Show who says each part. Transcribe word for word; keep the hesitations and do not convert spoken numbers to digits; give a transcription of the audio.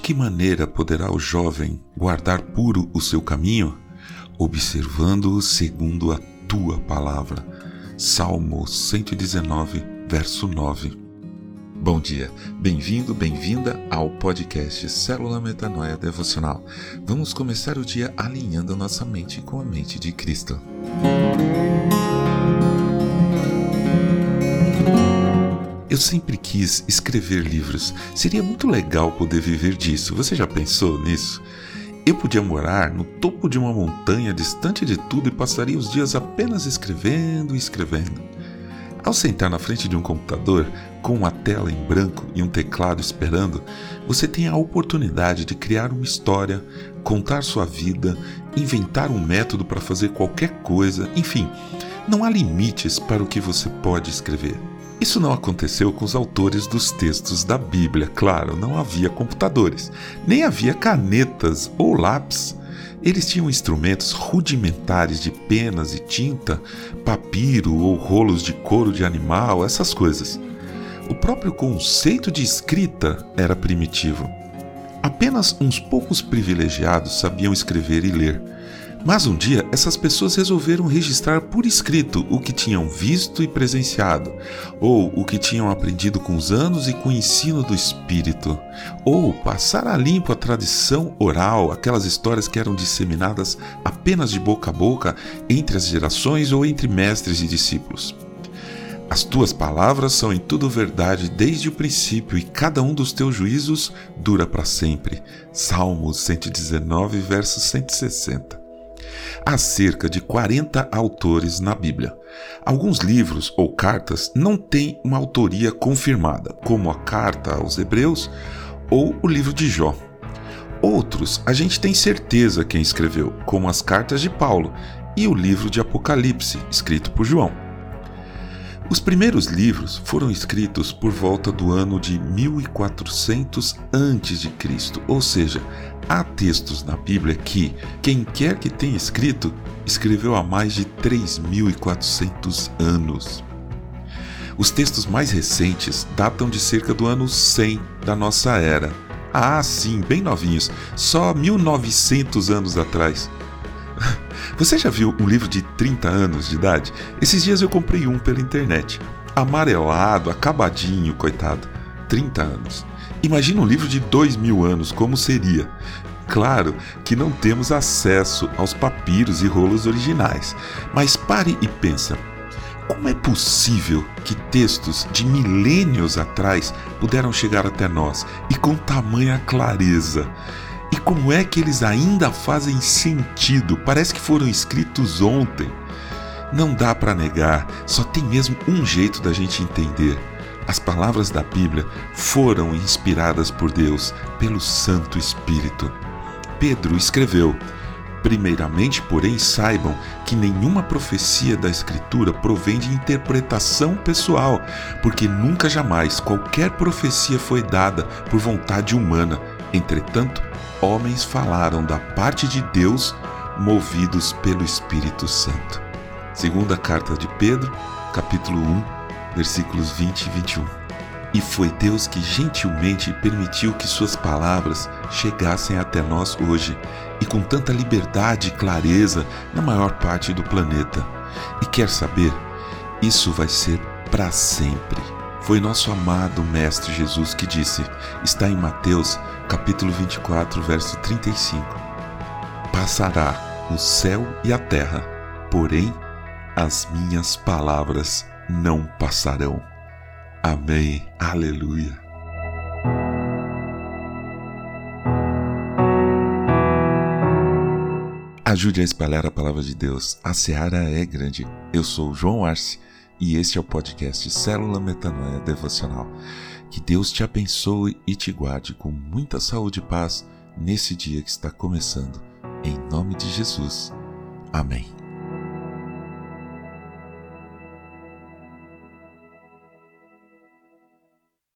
Speaker 1: que maneira poderá o jovem guardar puro o seu caminho? Observando-o segundo a tua palavra. Salmo cento e dezenove, verso nove. Bom dia, bem-vindo, bem-vinda ao podcast Célula Metanoia Devocional. Vamos começar o dia alinhando a nossa mente com a mente de Cristo. Eu sempre quis escrever livros. Seria muito legal poder viver disso. Você já pensou nisso? Eu podia morar no topo de uma montanha distante de tudo e passaria os dias apenas escrevendo e escrevendo. Ao sentar na frente de um computador, com uma tela em branco e um teclado esperando, você tem a oportunidade de criar uma história, contar sua vida, inventar um método para fazer qualquer coisa, enfim, não há limites para o que você pode escrever. Isso não aconteceu com os autores dos textos da Bíblia, claro, não havia computadores, nem havia canetas ou lápis. Eles tinham instrumentos rudimentares de penas e tinta, papiro ou rolos de couro de animal, essas coisas. O próprio conceito de escrita era primitivo. Apenas uns poucos privilegiados sabiam escrever e ler. Mas um dia, essas pessoas resolveram registrar por escrito o que tinham visto e presenciado, ou o que tinham aprendido com os anos e com o ensino do Espírito, ou passar a limpo a tradição oral, aquelas histórias que eram disseminadas apenas de boca a boca entre as gerações ou entre mestres e discípulos. As tuas palavras são em tudo verdade desde o princípio, e cada um dos teus juízos dura para sempre. Salmo cento e dezenove, verso cento e sessenta. Há cerca de quarenta autores na Bíblia. Alguns livros ou cartas não têm uma autoria confirmada, como a carta aos Hebreus ou o livro de Jó. Outros a gente tem certeza quem escreveu, como as cartas de Paulo e o livro de Apocalipse, escrito por João. Os primeiros livros foram escritos por volta do ano de mil e quatrocentos antes de Cristo, ou seja, há textos na Bíblia que, quem quer que tenha escrito, escreveu há mais de três mil e quatrocentos anos. Os textos mais recentes datam de cerca do ano cem da nossa era. Ah, sim, bem novinhos, só mil e novecentos anos atrás. Você já viu um livro de trinta anos de idade? Esses dias eu comprei um pela internet. Amarelado, acabadinho, coitado. trinta anos. Imagina um livro de dois mil anos, como seria? Claro que não temos acesso aos papiros e rolos originais, mas pare e pensa. Como é possível que textos de milênios atrás puderam chegar até nós e com tamanha clareza? E como é que eles ainda fazem sentido? Parece que foram escritos ontem. Não dá para negar, só tem mesmo um jeito da gente entender. As palavras da Bíblia foram inspiradas por Deus, pelo Santo Espírito. Pedro escreveu: primeiramente, porém, saibam que nenhuma profecia da Escritura provém de interpretação pessoal, porque nunca jamais qualquer profecia foi dada por vontade humana. Entretanto, homens falaram da parte de Deus, movidos pelo Espírito Santo. Segunda carta de Pedro, capítulo um, versículos vinte e vinte e um. E foi Deus que gentilmente permitiu que suas palavras chegassem até nós hoje, e com tanta liberdade e clareza na maior parte do planeta. E quer saber? Isso vai ser para sempre. Foi nosso amado Mestre Jesus que disse, está em Mateus, capítulo vinte e quatro, verso trinta e cinco. Passará o céu e a terra, porém as minhas palavras não passarão. Amém. Aleluia. Ajude a espalhar a palavra de Deus. A seara é grande. Eu sou João Arce e este é o podcast Célula Metanoia Devocional. Que Deus te abençoe e te guarde com muita saúde e paz nesse dia que está começando. Em nome de Jesus. Amém.